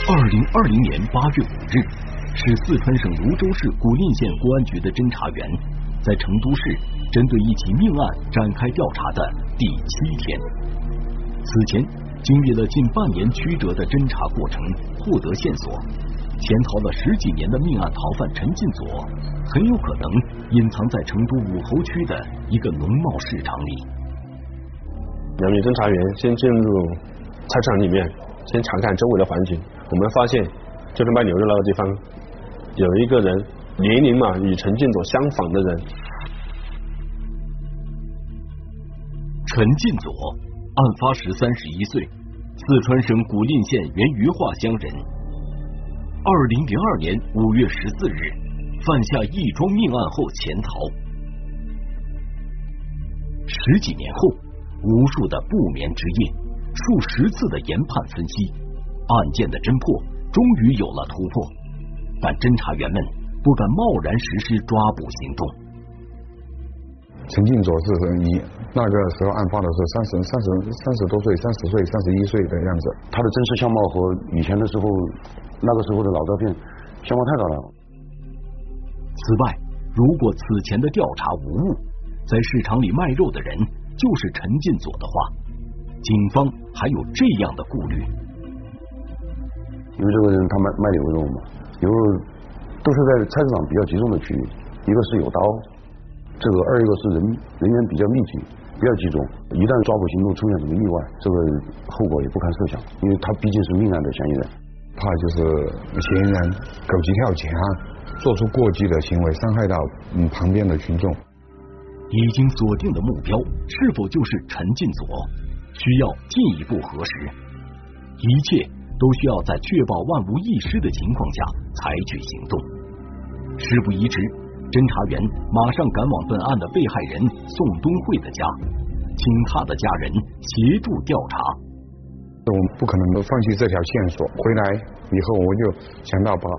2020年8月5日，是四川省泸州市古蔺县公安局的侦查员在成都市针对一起命案展开调查的第7天。此前经历了近半年曲折的侦查过程，获得线索，潜逃了10几年的命案逃犯陈进佐，很有可能隐藏在成都武侯区的一个农贸市场里。 2名侦查员先进入菜市场里面，先查看周围的环境。我们发现，就是卖牛肉那个地方，有一个人年龄嘛与陈进佐相仿的人。 陈进佐，案发时31岁，四川省古蔺县原余化乡人。2002年5月14日，犯下一桩命案后潜逃。10几年后，无数的不眠之夜，数十次的研判分析，案件的侦破终于有了突破，但侦查员们不敢贸然实施抓捕行动。 陈进佐是那个时候案发的时候30多岁、30岁、31岁的样子， 他的真实相貌和以前的时候那个时候的老照片相貌太大了。 此外，如果此前的调查无误，在市场里卖肉的人就是陈进佐的话，警方还有这样的顾虑。 因为这个人他卖牛肉嘛，牛肉都是在菜市场比较集中的区域，一个是有刀，二一个是人员比较密集，比较集中，一旦抓捕行动出现什么意外，这个后果也不堪设想，因为他毕竟是命案的嫌疑人， 怕就是嫌疑人狗急跳墙，做出过激的行为，伤害到旁边的群众。 已经锁定的目标是否就是陈进佐，需要进一步核实，一切都需要在确保万无一失的情况下采取行动。事不宜迟，侦查员马上赶往本案的被害人宋东慧的家，请他的家人协助调查。 我们不可能放弃这条线索，回来以后我就想到把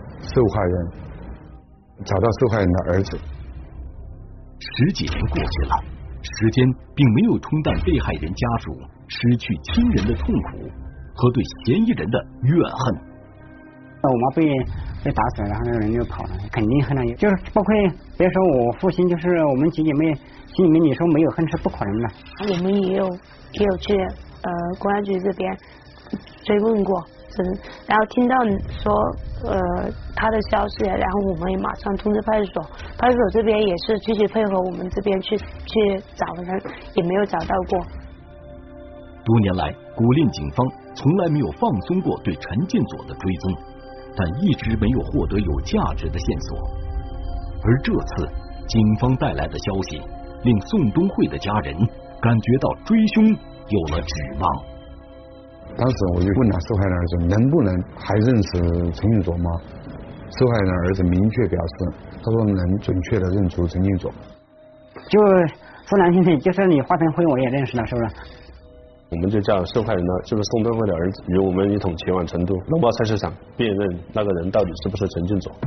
找到受害人的儿子。 10几年过去了，时间并没有冲淡被害人家属失去亲人的痛苦和对嫌疑人的怨恨。 我妈被打死了，然后那个人就跑了，肯定恨了。就是包括别说我父亲，就是我们几姐妹心里面，你说没有恨是不可能的。 我们也有去公安局这边追问过，然后听到说他的消息，然后我们也马上通知派出所，派出所这边也是积极配合我们这边去找人，也没有找到过。 多年来，古蔺警方从来没有放松过对陈进佐的追踪，但一直没有获得有价值的线索。而这次警方带来的消息，令宋东慧的家人感觉到追凶有了指望。 当时我就问他受害人儿子能不能还认识陈进佐吗？受害人儿子明确表示，他说能准确的认出陈进佐。 就说难听点，就是你华腾辉我也认识了，是不是？ 我们就叫受害人呢，就是宋东慧的儿子，与我们一同前往成都农贸菜市场辨认那个人到底是不是陈进佐。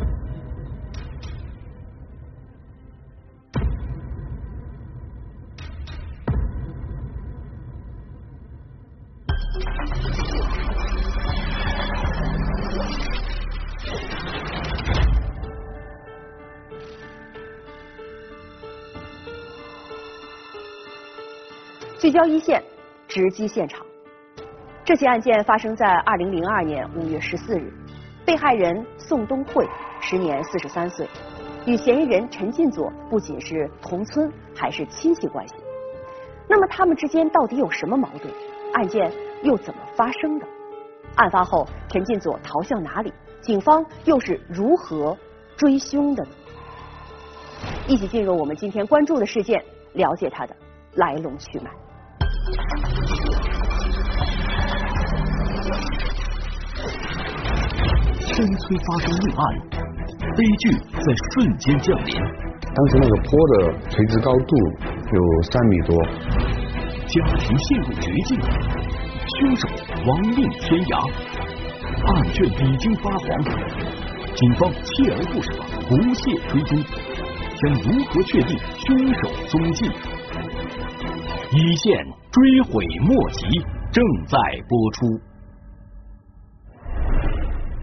聚焦一线，直击现场。这起案件发生在2002年5月14日，被害人宋东慧时年43岁，与嫌疑人陈进佐不仅是同村，还是亲戚关系。那么他们之间到底有什么矛盾？案件又怎么发生的？案发后，陈进佐逃向哪里？警方又是如何追凶的呢？一起进入我们今天关注的事件，了解它的来龙去脉。 深催发生命案，悲剧在瞬间降临。 当时那个坡的垂直高度有3米多， 家庭陷入绝境，凶手亡命天涯，案卷已经发黄，警方锲而不舍，不懈追踪，将如何确定凶手踪迹？一线追悔莫及正在播出。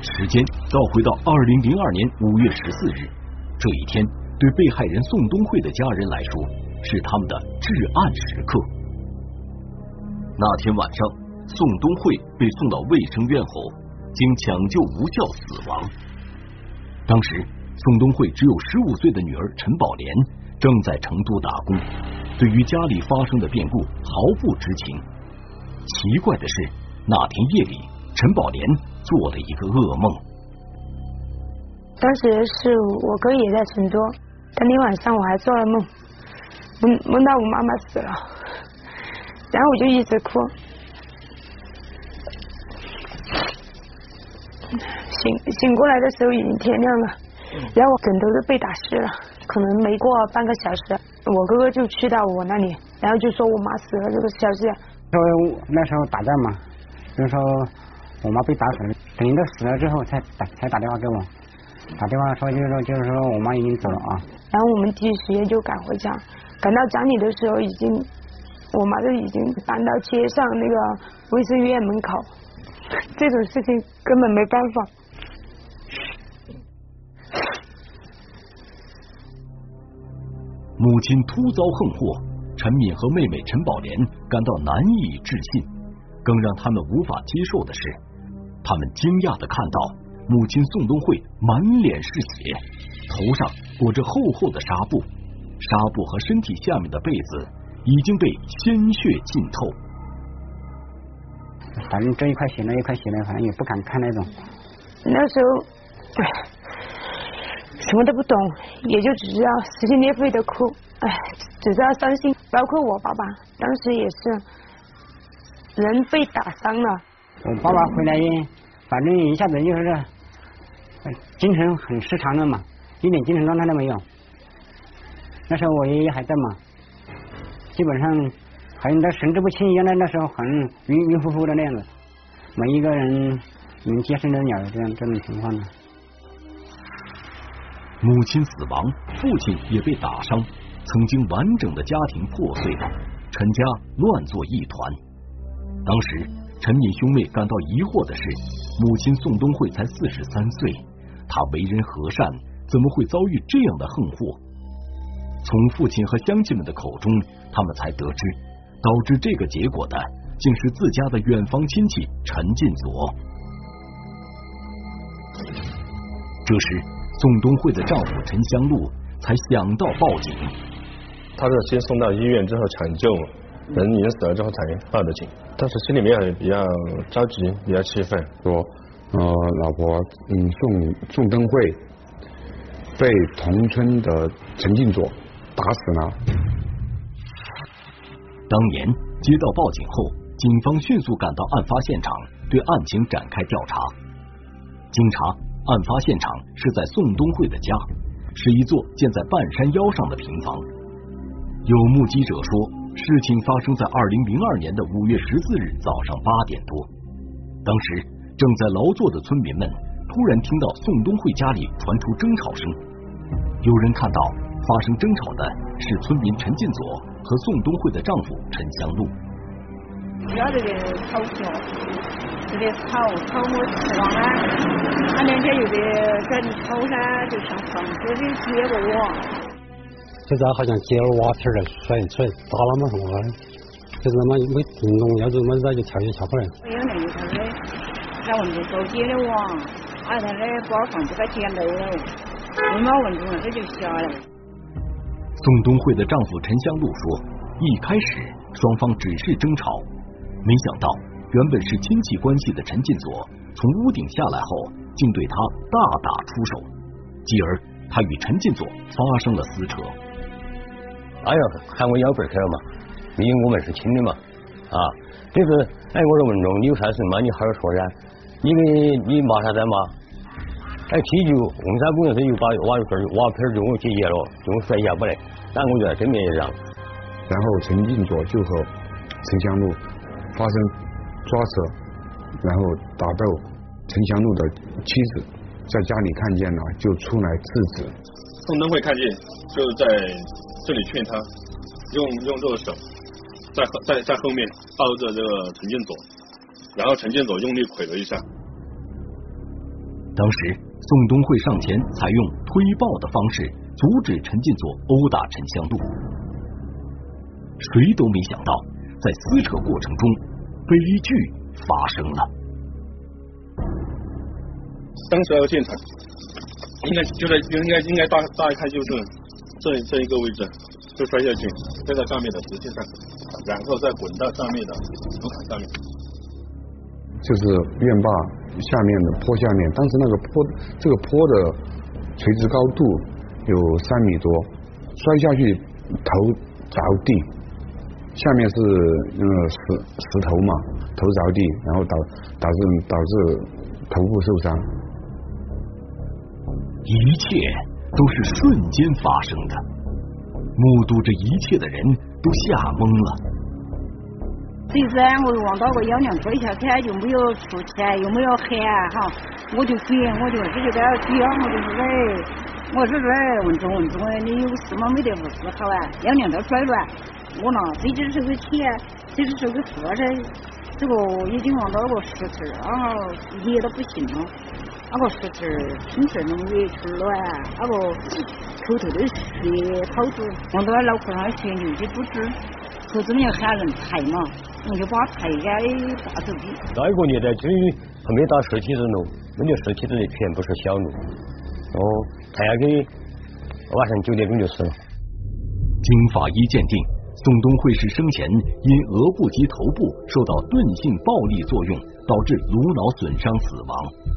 时间倒回到2002年5月14日，这一天对被害人宋东慧的家人来说是他们的至暗时刻。那天晚上，宋东慧被送到卫生院后，经抢救无效死亡。当时宋东慧只有15岁的女儿陈宝莲正在成都打工，对于家里发生的变故毫不知情。奇怪的是，那天夜里陈宝莲做了一个噩梦。 当时是我哥也在成都，当天晚上我还做了梦，梦到我妈妈死了，然后我就一直哭，醒过来的时候已经天亮了，然后我枕头都被打湿了，可能没过半个小时，我哥哥就去到我那里，然后就说我妈死了这个消息。 那时候打架嘛，就是说我妈被打死了，等到死了之后才打电话给我，打电话说就是说我妈已经走了啊。 然后我们第一时间就赶回家，赶到家里的时候我妈都已经搬到街上那个卫生院门口，这种事情根本没办法。 母亲突遭横祸，陈敏和妹妹陈宝莲感到难以置信，更让他们无法接受的是，他们惊讶地看到母亲宋东慧满脸是血，头上裹着厚厚的纱布，纱布和身体下面的被子已经被鲜血浸透。 反正这一块血那一块血呢，反正也不敢看那种。 那时候什么都不懂，也就只知道撕心裂肺的哭，只知道伤心。包括我爸爸，当时也是人被打伤了。 我爸爸回来，反正一下子就是精神很失常了嘛，一点精神状态都没有。那时候我爷爷还在嘛，基本上好像他神志不清一样的，那时候很晕乎乎的那样子，没一个人能接生的了这种情况呢。 母亲死亡，父亲也被打伤，曾经完整的家庭破碎了，陈家乱作一团。当时陈敏兄妹感到疑惑的是，母亲宋东慧才43岁，她为人和善，怎么会遭遇这样的横祸？从父亲和乡亲们的口中，他们才得知，导致这个结果的竟是自家的远房亲戚陈进佐。这时宋东慧的丈夫陈香露才想到报警。 他是先送到医院之后抢救，人已经死了之后才报的警。当时心里面也比较着急，比较气愤， 说老婆宋登慧被同村的陈进佐打死了。 当年接到报警后，警方迅速赶到案发现场，对案情展开调查。经查，案发现场是在宋东慧的家，是一座建在半山腰上的平房。有目击者说，事情发生在2002年的5月14日早上8点多。当时正在劳作的村民们突然听到宋东慧家里传出争吵声，有人看到发生争吵的是村民陈进佐和宋东慧的丈夫陈香露。 要这个吵架，这个吵我吃完了，他两天又在这里吵噻，就像上次的接着我。 现在好像接了瓦片来甩打了嘛什么的，就是那么没听懂，要是么子就跳下坡来。 有那个他的，他问这手接的网，他的包房子给捡漏了，没嘛问题，这就下来。 宋东慧的丈夫陈香露说，一开始双方只是争吵，没想到原本是亲戚关系的陈进佐从屋顶下来后，竟对他大打出手，继而他与陈进佐发生了撕扯。 哎呀，喊我要辈儿去了嘛，毕竟我们是亲的嘛，就是我说文忠，你有啥事嘛，你好好说噻，你骂啥子骂？踢就红山公园是又把瓦片就我解决了，就我甩下不来，但我觉得真没让。 然后陈进佐就和陈香露发生抓扯，然后打斗，陈香露的妻子在家里看见了，就出来制止。 宋登慧看见，就在这里劝他，用这个手在后面抱着这个陈进佐，然后陈进佐用力捶了一下。 当时宋东会上前采用推爆的方式阻止陈进佐殴打陈香路，谁都没想到在撕扯过程中悲剧发生了。 当时那个现场应该大概就是这一个位置，就摔下去，摔在上面的石线上，然后再滚到上面的竹坎上面。 就是院坝下面的坡下面，当时那个这个坡的垂直高度有3米多，摔下去头着地，下面是石头嘛，头着地，然后导致头部受伤。 一切都是瞬间发生的，目睹这一切的人都吓懵了。 这次我往那个幺娘追下去，就没有出钱，又没有喊哈，我就滚，我就直接在那追，我说问中你有事吗？没得无事好啊，幺娘都拽乱，我拿这只手给铁，这只手给扶噻，这个已经往那个石头啊捏到不行了，那个石头挺直弄捏出来，那个口头的血跑出，往到脑壳上血流的不止。可是你要喊人抬嘛，你就把抬给打走的。 那一个年代就还没打实体人喽，那就实体人全部是小路，抬下去晚上9点钟就死了。 经法医鉴定，宋东会是生前因额部及头部受到钝性暴力作用，导致颅脑损伤死亡。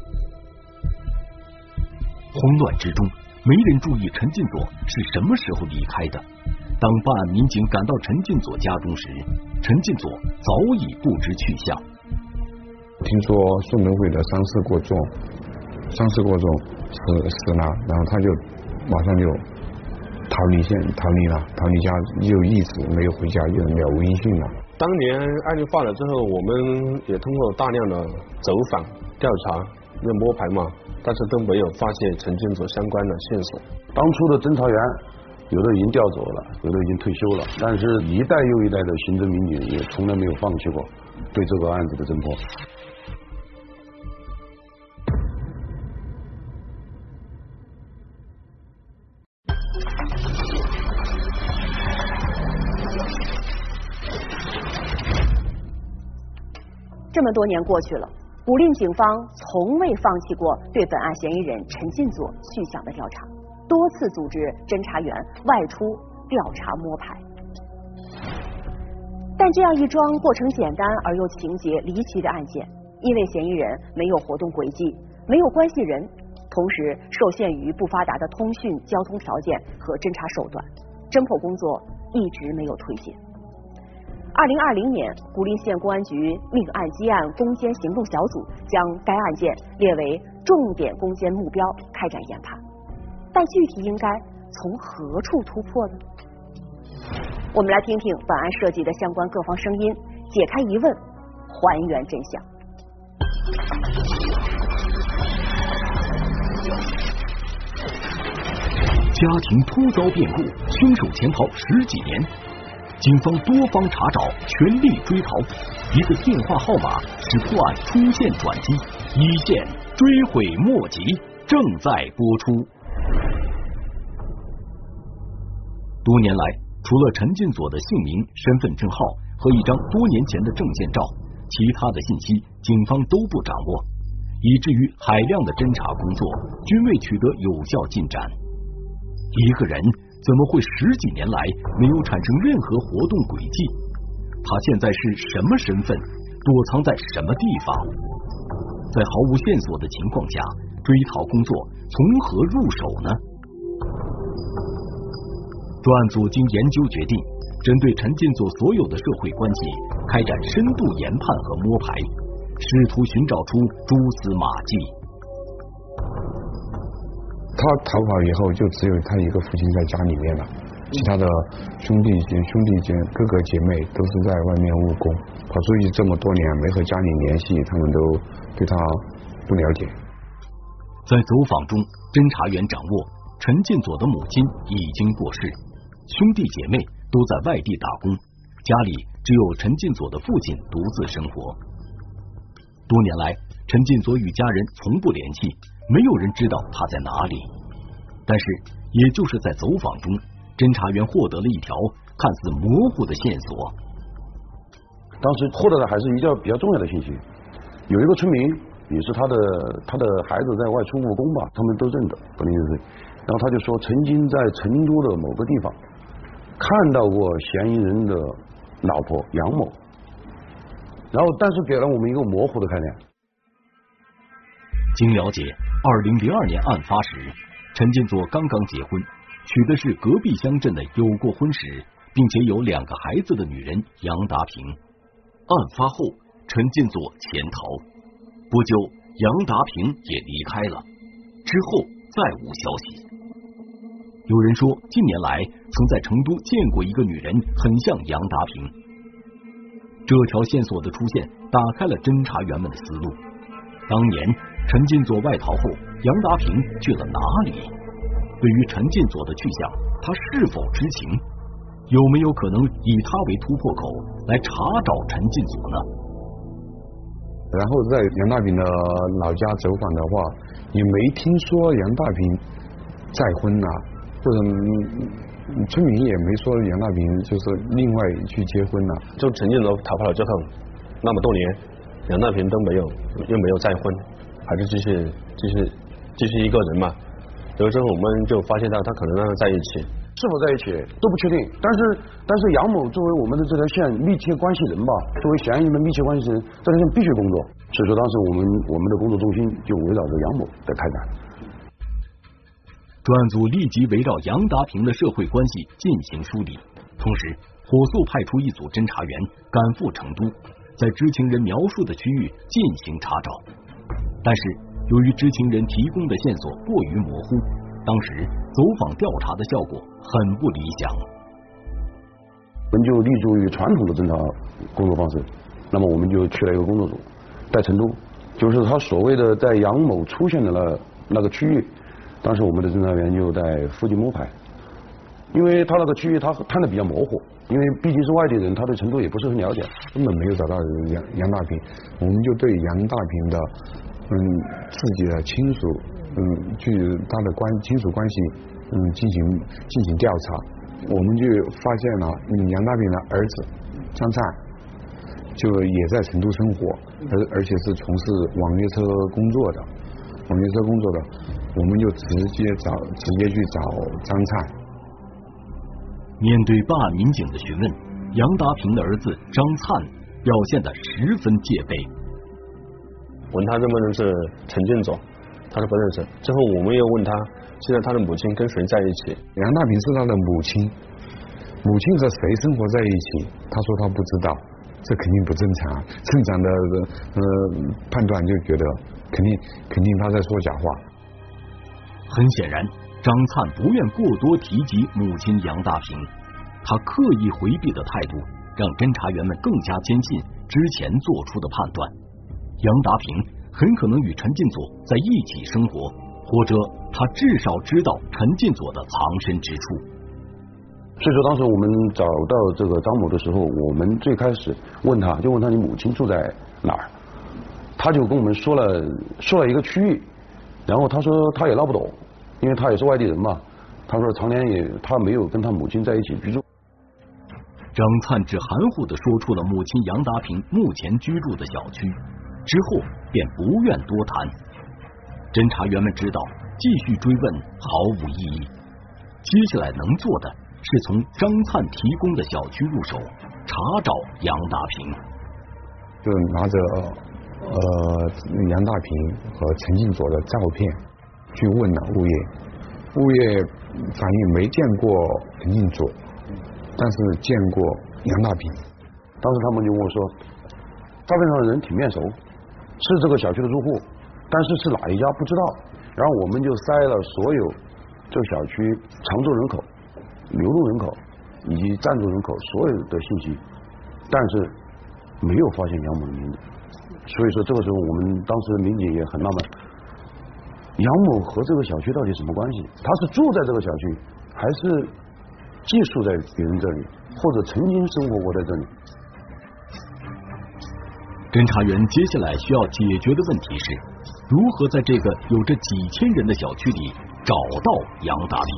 慌乱之中，没人注意陈进佐是什么时候离开的。当办案民警赶到陈进佐家中时，陈进佐早已不知去向。 听说宋东会的伤势过重死了，然后他就马上就逃离家，又一直没有回家，又没有微信了。 当年案件发了之后，我们也通过大量的走访调查，那摸排嘛，但是都没有发现陈进佐相关的线索。 当初的侦查员有的已经调走了，有的已经退休了，但是一代又一代的刑侦民警也从来没有放弃过对这个案子的侦破。 这么多年过去了，武令警方从未放弃过对本案嫌疑人陈进佐去向的调查，多次组织侦查员外出调查摸排。但这样一桩过程简单而又情节离奇的案件，因为嫌疑人没有活动轨迹，没有关系人，同时受限于不发达的通讯交通条件和侦查手段，侦破工作一直没有推进。2020年，古蔺县公安局命案积案攻坚行动小组将该案件列为重点攻坚目标，开展研判。但具体应该从何处突破呢？我们来听听本案涉及的相关各方声音，解开疑问，还原真相。 家庭突遭变故，凶手潜逃10几年。警方多方查找，全力追逃。一个电话号码使破案出现转机，一线追悔莫及，正在播出。多年来，除了陈进佐的姓名、身份证号和一张多年前的证件照，其他的信息警方都不掌握，以至于海量的侦查工作均未取得有效进展。一个人怎么会10几年来没有产生任何活动轨迹？他现在是什么身份？躲藏在什么地方？在毫无线索的情况下，追逃工作从何入手呢？专案组经研究决定，针对陈进佐所有的社会关系开展深度研判和摸排，试图寻找出蛛丝马迹。 他逃跑以后，就只有他一个父亲在家里面了，其他的兄弟姐哥哥姐妹都是在外面务工，跑出去这么多年没和家里联系，他们都对他不了解。 在走访中，侦查员掌握陈进佐的母亲已经过世，兄弟姐妹都在外地打工，家里只有陈进佐的父亲独自生活。多年来， 陈进佐与家人从不联系，没有人知道他在哪里。但是，也就是在走访中，侦查员获得了一条看似模糊的线索。 当时获得的还是一个比较重要的信息，有一个村民也是他的孩子在外出务工吧，他们都认得，不能认识。然后他就说，曾经在成都的某个地方看到过嫌疑人的老婆杨某，然后但是给了我们一个模糊的概念。 经了解，2002年案发时，陈进佐刚刚结婚，娶的是隔壁乡镇的有过婚史并且有2个孩子的女人杨达平。案发后，陈进佐潜逃，不久杨达平也离开了，之后再无消息。有人说，近年来曾在成都见过一个女人很像杨达平。这条线索的出现打开了侦查员们的思路。当年陈进佐外逃后，杨达平去了哪里？对于陈进佐的去向，他是否知情？有没有可能以他为突破口来查找陈进佐呢？ 然后在杨大平的老家走访的话，也没听说杨大平再婚了，或者村民也没说杨大平就是另外去结婚了。 就陈进佐逃跑了之后，那么多年，杨大平都又没有再婚，还是继续一个人嘛。有时候我们就发现到他可能让他在一起， 是否在一起都不确定。但是杨某作为我们的这条线密切关系人吧，作为嫌疑人的密切关系人，这条线必须工作。所以说当时我们的工作重心就围绕着杨某在开展。 专案组立即围绕杨达平的社会关系进行梳理，同时火速派出一组侦查员赶赴成都，在知情人描述的区域进行查找。但是由于知情人提供的线索过于模糊，当时走访调查的效果很不理想。 我们就立足于传统的侦查工作方式，那么我们就去了一个工作组，在成都，就是他所谓的在杨某出现的那个区域，当时我们的侦查员就在附近摸排，因为他那个区域他看得比较模糊，因为毕竟是外地人，他对成都也不是很了解， 根本没有找到杨大平。我们就对杨大平的自己的亲属据他的亲属关系进行调查，我们就发现了杨大平的儿子张灿就也在成都生活，而且是从事网约车工作的，我们就直接去找张灿。 面对办案民警的询问，杨达平的儿子张灿表现得十分戒备。 问他认不认识陈进佐，他说不认识。之后我们又问他，现在他的母亲跟谁在一起？ 杨大平是他的母亲和谁生活在一起？他说他不知道，这肯定不正常。正常的判断就觉得肯定他在说假话。 很显然，张灿不愿过多提及母亲杨大平，他刻意回避的态度让侦查员们更加坚信之前做出的判断。杨达平很可能与陈进佐在一起生活，或者他至少知道陈进佐的藏身之处。 所以说当时我们找到这个张某的时候，我们最开始问他你母亲住在哪儿，他就跟我们说了一个区域，然后他说他也闹不懂，因为他也是外地人嘛，他说常年他没有跟他母亲在一起居住。 张灿只含糊地说出了母亲杨达平目前居住的小区，之后便不愿多谈。侦查员们知道继续追问毫无意义，接下来能做的是从张灿提供的小区入手，查找杨达平。 就拿着杨大平和陈进佐的照片去问了物业反映没见过陈进佐，但是见过杨大平。 当时他们就跟我说，照片上的人挺面熟，是这个小区的住户，但是哪一家不知道。然后我们就筛了所有这个小区常住人口、流动人口以及暂住人口所有的信息，但是没有发现杨某的名字。所以说这个时候我们当时民警也很纳闷，杨某和这个小区到底什么关系？他是住在这个小区，还是寄宿在别人这里，或者曾经生活过在这里？ 侦侦查员接下来需要解决的问题是，如何在这个有着几千人的小区里找到杨达平。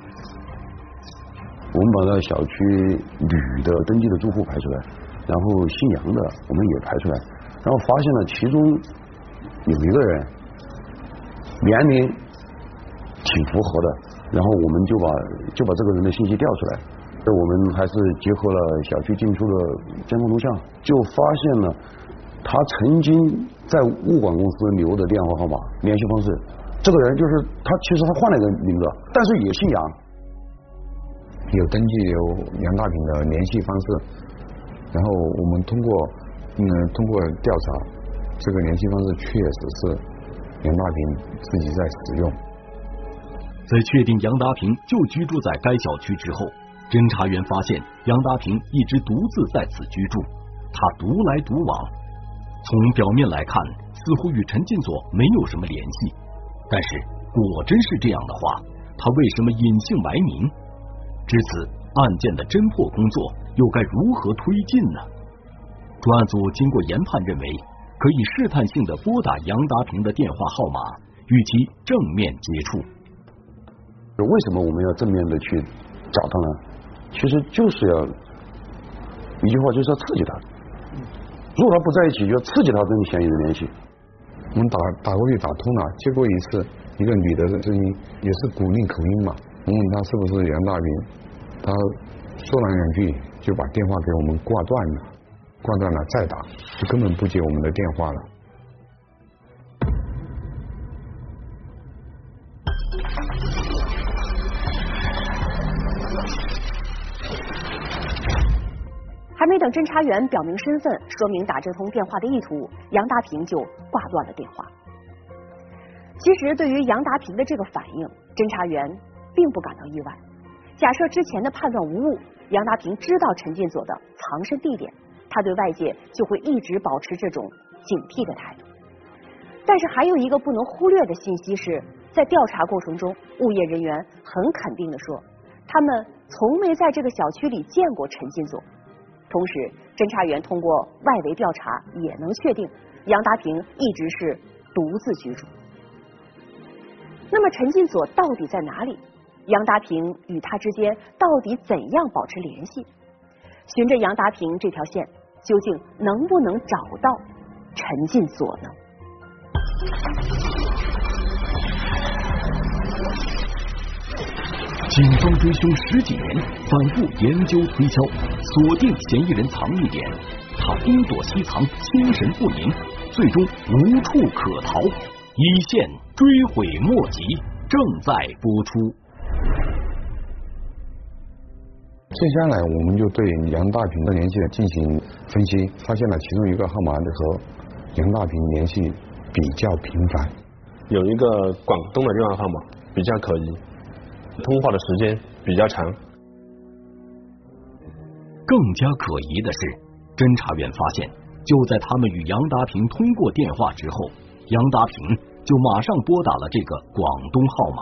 我们把那小区女的登记的住户排出来，然后姓杨的我们也排出来，然后发现了其中有一个人年龄挺符合的，然后我们就把这个人的信息调出来。我们还是结合了小区进出的监控录像，就发现了他曾经在物管公司留的电话号码、联系方式。这个人就是他，其实他换了一个名字，但是也姓杨， 有登记有杨大平的联系方式，然后我们通过调查，这个联系方式确实是杨大平自己在使用。 在确定杨达平就居住在该小区之后，侦查员发现杨达平一直独自在此居住，他独来独往。从表面来看，似乎与陈进佐没有什么联系，但是果真是这样的话，他为什么隐姓埋名？至此，案件的侦破工作又该如何推进呢？专案组经过研判认为，可以试探性的拨打杨达平的电话号码，与其正面接触。 为什么我们要正面的去找他呢？其实就是要一句话，就是要刺激他。如果他不在一起，就要刺激他跟嫌疑人联系。 我们打过去打通了，接过一次一个女的声音，也是古宁口音嘛。我问他是不是杨大平，他说了两句就把电话给我们挂断了再打，就根本不接我们的电话了。 还没等侦查员表明身份，说明打这通电话的意图，杨达平就挂断了电话。其实对于杨达平的这个反应，侦查员并不感到意外。假设之前的判断无误，杨达平知道陈进佐的藏身地点，他对外界就会一直保持这种警惕的态度。但是还有一个不能忽略的信息是，在调查过程中，物业人员很肯定地说，他们从没在这个小区里见过陈进佐。同时，侦查员通过外围调查也能确定，杨达平一直是独自居住。那么陈进佐到底在哪里？杨达平与他之间到底怎样保持联系？循着杨达平这条线，究竟能不能找到陈进佐呢？ 警方追凶10几年，反复研究推敲，锁定嫌疑人藏匿点，他东躲西藏，心神不宁，最终无处可逃。一线追悔莫及，正在播出。 接下来我们就对杨大平的联系进行分析，发现了其中一个号码和杨大平联系比较频繁， 有一个广东的电话号码比较可疑，通话的时间比较长。 更加可疑的是，侦查员发现，就在他们与杨达平通过电话之后，杨达平就马上拨打了这个广东号码。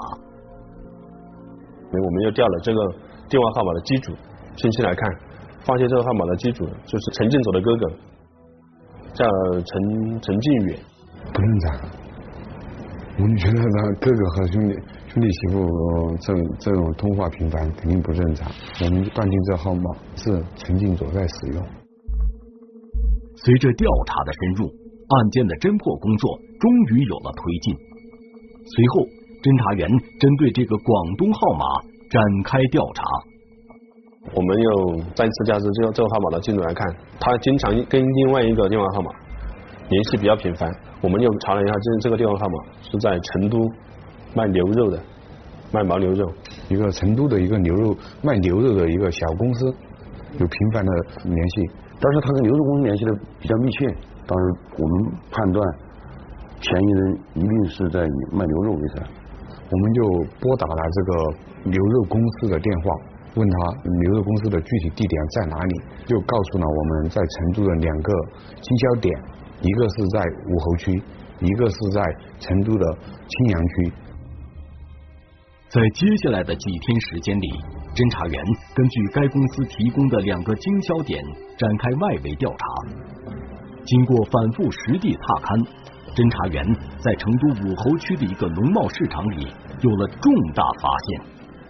我们又调了这个电话号码的机主信息来看，发现这个号码的机主就是陈进佐的哥哥，叫陈进远。 不正常，我们觉得他哥哥和兄弟媳妇这种通话频繁肯定不正常，我们断定这号码是陈进佐在使用。 随着调查的深入，案件的侦破工作终于有了推进。随后，侦查员针对这个广东号码展开调查。 我们又再次加之这个号码的记录来看，他经常跟另外一个电话号码联系比较频繁。我们又查了一下，这个电话号码是在成都卖牛肉的，卖牦牛肉， 一个成都的一个卖牛肉的一个小公司，有频繁的联系。 但是他跟牛肉公司联系的比较密切，当时我们判断嫌疑人一定是在以卖牛肉为生。 我们就拨打了这个牛肉公司的电话，问他牛肉公司的具体地点在哪里，就告诉了我们在成都的2个经销点，一个是在武侯区，一个是在成都的青羊区。 在接下来的几天时间里，侦查员根据该公司提供的2个经销点展开外围调查。 经过反复实地踏勘，侦查员在成都武侯区的一个农贸市场里有了重大发现。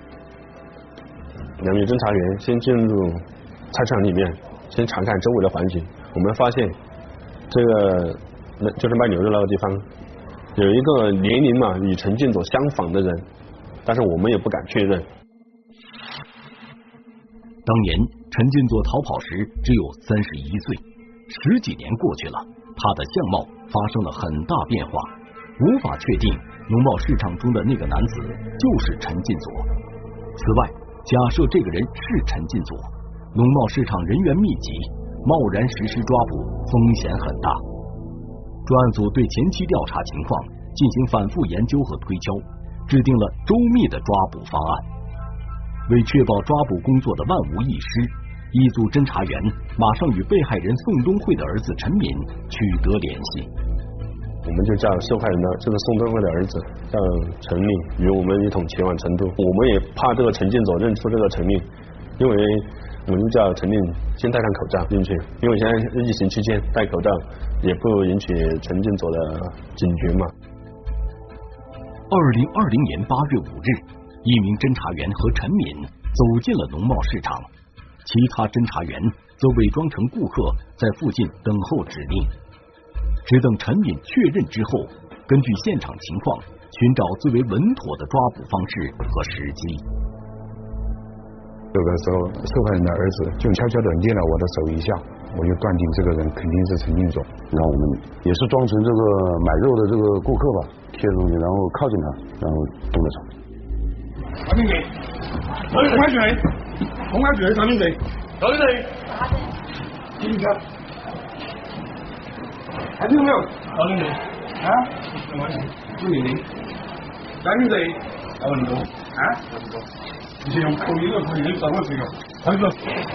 两名侦查员先进入菜场里面，先查看周围的环境。我们发现这个就是卖牛肉那个地方有一个年龄嘛与陈进佐相仿的人，但是我们也不敢确认。 当年陈进佐逃跑时只有31岁，10几年过去了，他的相貌发生了很大变化，无法确定农贸市场中的那个男子就是陈进佐。此外，假设这个人是陈进佐，农贸市场人员密集，贸然实施抓捕风险很大。专案组对前期调查情况进行反复研究和推敲，制定了周密的抓捕方案。为确保抓捕工作的万无一失，一组侦查员马上与被害人宋东慧的儿子陈敏取得联系。 我们就叫受害人的这个宋东慧的儿子叫陈敏，与我们一同前往成都。我们也怕这个陈进佐认出这个陈敏，因为我们就叫陈敏先戴上口罩进去，因为现在疫情期间戴口罩也不引起陈进佐的警觉嘛。 2020年8月5日，一名侦查员和陈敏走进了农贸市场，其他侦查员则伪装成顾客在附近等候指令。只等陈敏确认之后，根据现场情况寻找最为稳妥的抓捕方式和时机。 这个时候，受害人的儿子就悄悄地捏了我的手一下，我就断定这个人肯定是陈进佐。 然后我们也是装成这个买肉的这个顾客吧，贴着东西，然后靠近他，然后动了手。 张明贼，公安局，公安局，张明贼，张明贼，进去。看清没有？张明贼，啊？900，张明贼，2分钟，啊？2分钟。你先用口音了，口音找我这个，快点。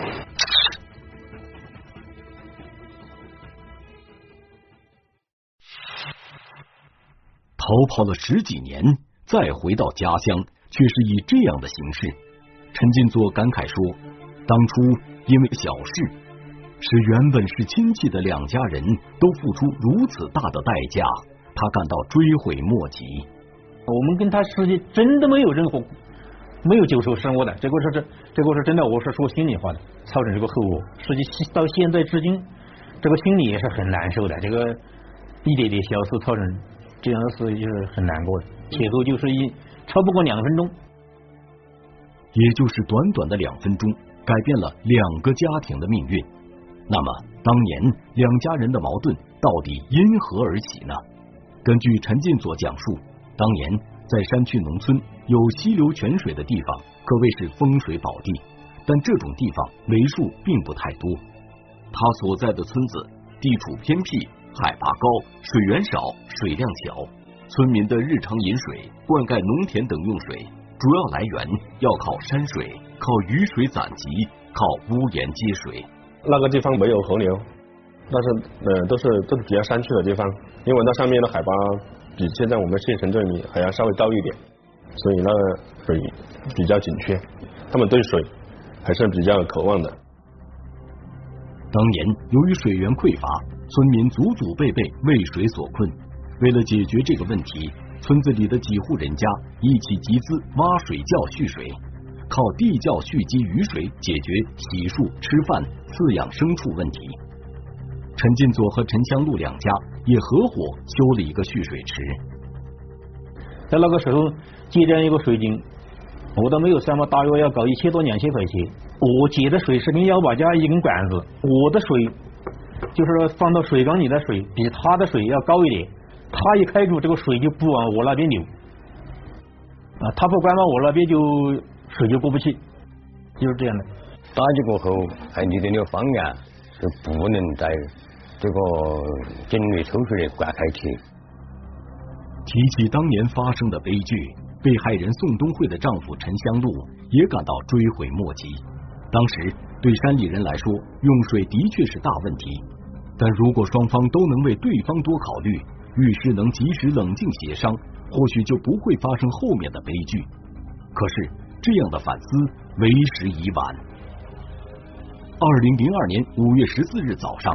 逃跑了10几年，再回到家乡，却是以这样的形式。陈进佐感慨说，当初因为小事，使原本是亲戚的两家人都付出如此大的代价，他感到追悔莫及。 我们跟他实际真的没有旧仇深恶的，这个是真的，我是说心里话的。造成这个后果，实际到现在至今，这个心里也是很难受的。这个一点点小事造成这样的事，就是很难过的。前后就是超不过2分钟， 也就是短短的2分钟，改变了2个家庭的命运。那么，当年两家人的矛盾到底因何而起呢？根据陈进佐讲述，当年在山区农村有溪流泉水的地方，可谓是风水宝地，但这种地方为数并不太多。他所在的村子地处偏僻，海拔高，水源少，水量小，村民的日常饮水、灌溉农田等用水，主要来源要靠山水，靠雨水攒集，靠屋檐接水。 那个地方没有河流，但是都是比较山区的地方，因为那上面的海拔比现在我们县城这里还要稍微高一点，所以那个水比较紧缺，他们对水还是比较渴望的。 当年由于水源匮乏，村民祖祖辈辈为水所困。为了解决这个问题，村子里的几户人家一起集资挖水窖蓄水，靠地窖蓄积雨水解决洗漱、吃饭、饲养牲畜问题。陈进佐和陈香露两家也合伙修了一个蓄水池。 在那个时候借这样一个水井，我都没有算过，大约要搞1000多2000块钱。我接的水是跟幺把加一根管子，我的水就是放到水缸里的水比他的水要高一点，他一开住这个水就不往我那边流啊，他不关到我那边就水就过不去，就是这样的。 打击过后还拟定了方案，是不能在这个井内抽水的灌开去。 提起当年发生的悲剧，被害人宋东慧的丈夫陈香露也感到追悔莫及。当时对山里人来说，用水的确是大问题，但如果双方都能为对方多考虑，遇事能及时冷静协商，或许就不会发生后面的悲剧。可是这样的反思为时已晚。2002年5月14日早上，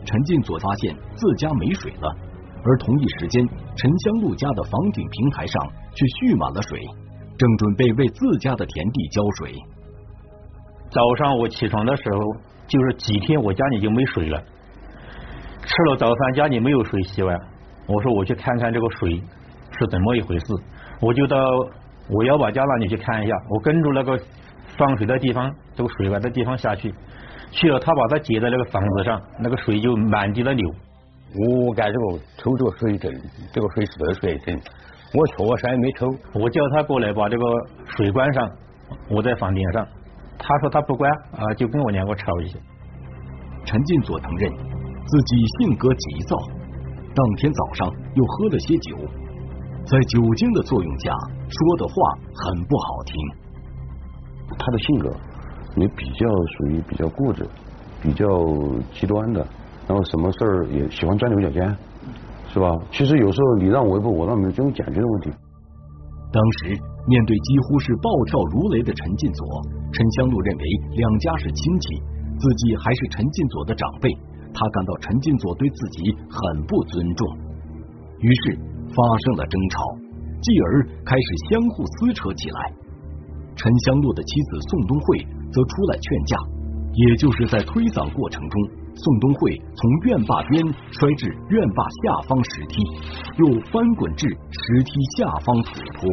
陈进佐发现自家没水了，而同一时间，陈香路家的房顶平台上却蓄满了水，正准备为自家的田地浇水。 早上我起床的时候，就是几天我家里就没水了，吃了早饭家里没有水洗碗，我说我去看看这个水是怎么一回事，我就到我幺爸家那里去看一下，我跟住那个放水的地方，这个水管的地方下去，去了他把它接在那个房子上，那个水就满地的流。 我干这个抽这个水证，这个水是热水证，我确实还没抽。 我叫他过来把这个水关上，我在房顶上，他说他不关啊，就跟我两个吵一下。 陈进佐承认自己性格急躁，当天早上又喝了些酒，在酒精的作用下说的话很不好听。 他的性格也比较属于比较固执、比较极端的，然后什么事儿也喜欢钻牛角尖，是吧？其实有时候你让我一步，我让你这种解决的问题。 当时面对几乎是暴跳如雷的陈进佐，陈香路认为两家是亲戚，自己还是陈进佐的长辈，他感到陈进佐对自己很不尊重，于是发生了争吵，继而开始相互撕扯起来。陈香路的妻子宋东慧则出来劝架，也就是在推搡过程中，宋东慧从院坝边摔至院坝下方石梯，又翻滚至石梯下方土坡。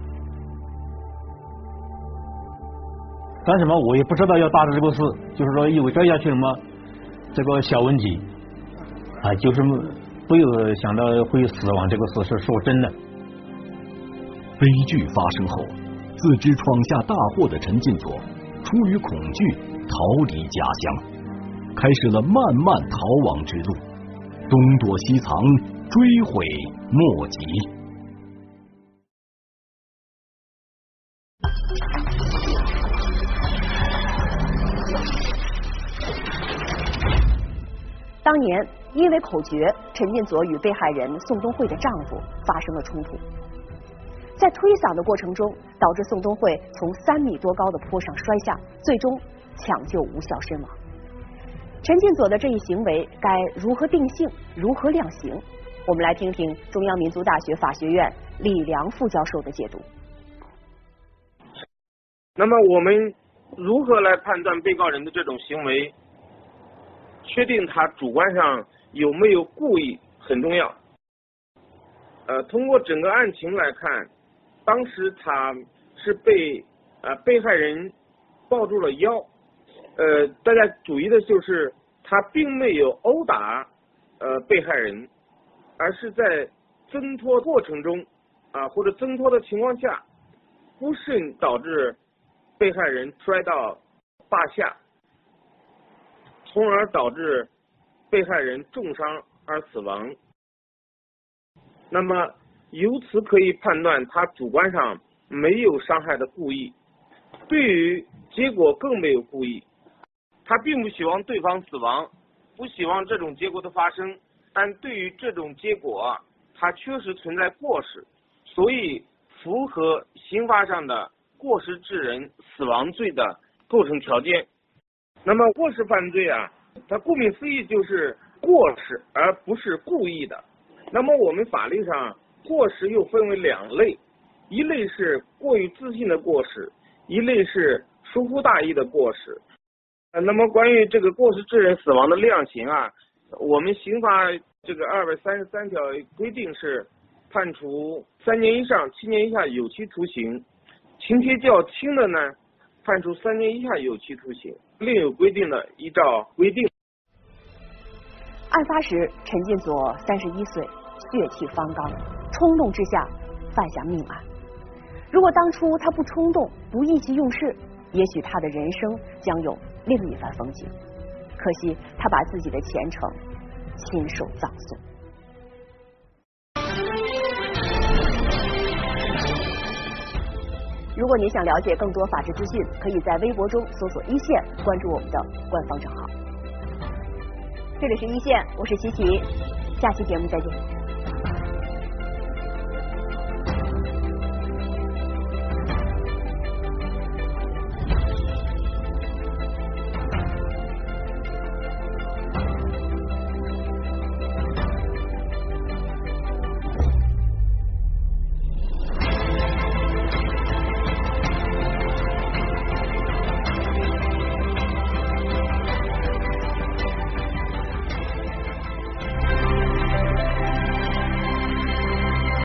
干什么我也不知道要打的这个事，就是说以为这下去什么这个小问题啊，就是没有想到会死亡这个事是说真的。 悲剧发生后，自知闯下大祸的陈进佐出于恐惧逃离家乡，开始了漫漫逃亡之路，东躲西藏，追悔莫及。 当年因为口诀，陈进佐与被害人宋东慧的丈夫发生了冲突，在推搡的过程中，导致宋东慧从3米多高的坡上摔下，最终抢救无效身亡。陈进佐的这一行为该如何定性，如何量刑？我们来听听中央民族大学法学院李良副教授的解读。 那么我们如何来判断被告人的这种行为，确定他主观上有没有故意很重要。通过整个案情来看，当时他是被被害人抱住了腰，大家注意的就是他并没有殴打被害人，而是在挣脱过程中或者挣脱的情况下，不慎导致被害人摔到坝下，从而导致被害人重伤而死亡。那么由此可以判断他主观上没有伤害的故意，对于结果更没有故意。他并不希望对方死亡，不希望这种结果的发生，但对于这种结果他确实存在过失，所以符合刑法上的过失致人死亡罪的构成条件。那么过失犯罪它顾名思义就是过失而不是故意的。那么我们法律上过失又分为2类，一类是过于自信的过失，一类是疏忽大意的过失。那么关于这个过失致人死亡的量刑我们刑法这个233条规定是判处3年以上7年以下有期徒刑，情节较轻的呢，判处3年以下有期徒刑，另有规定的依照规定。 案发时，陈进佐31岁，血气方刚，冲动之下犯下命案。如果当初他不冲动，不意气用事，也许他的人生将有另一番风景。可惜他把自己的前程亲手葬送。如果你想了解更多法治资讯，可以在微博中搜索一线，关注我们的官方账号。这里是一线，我是琪琪，下期节目再见。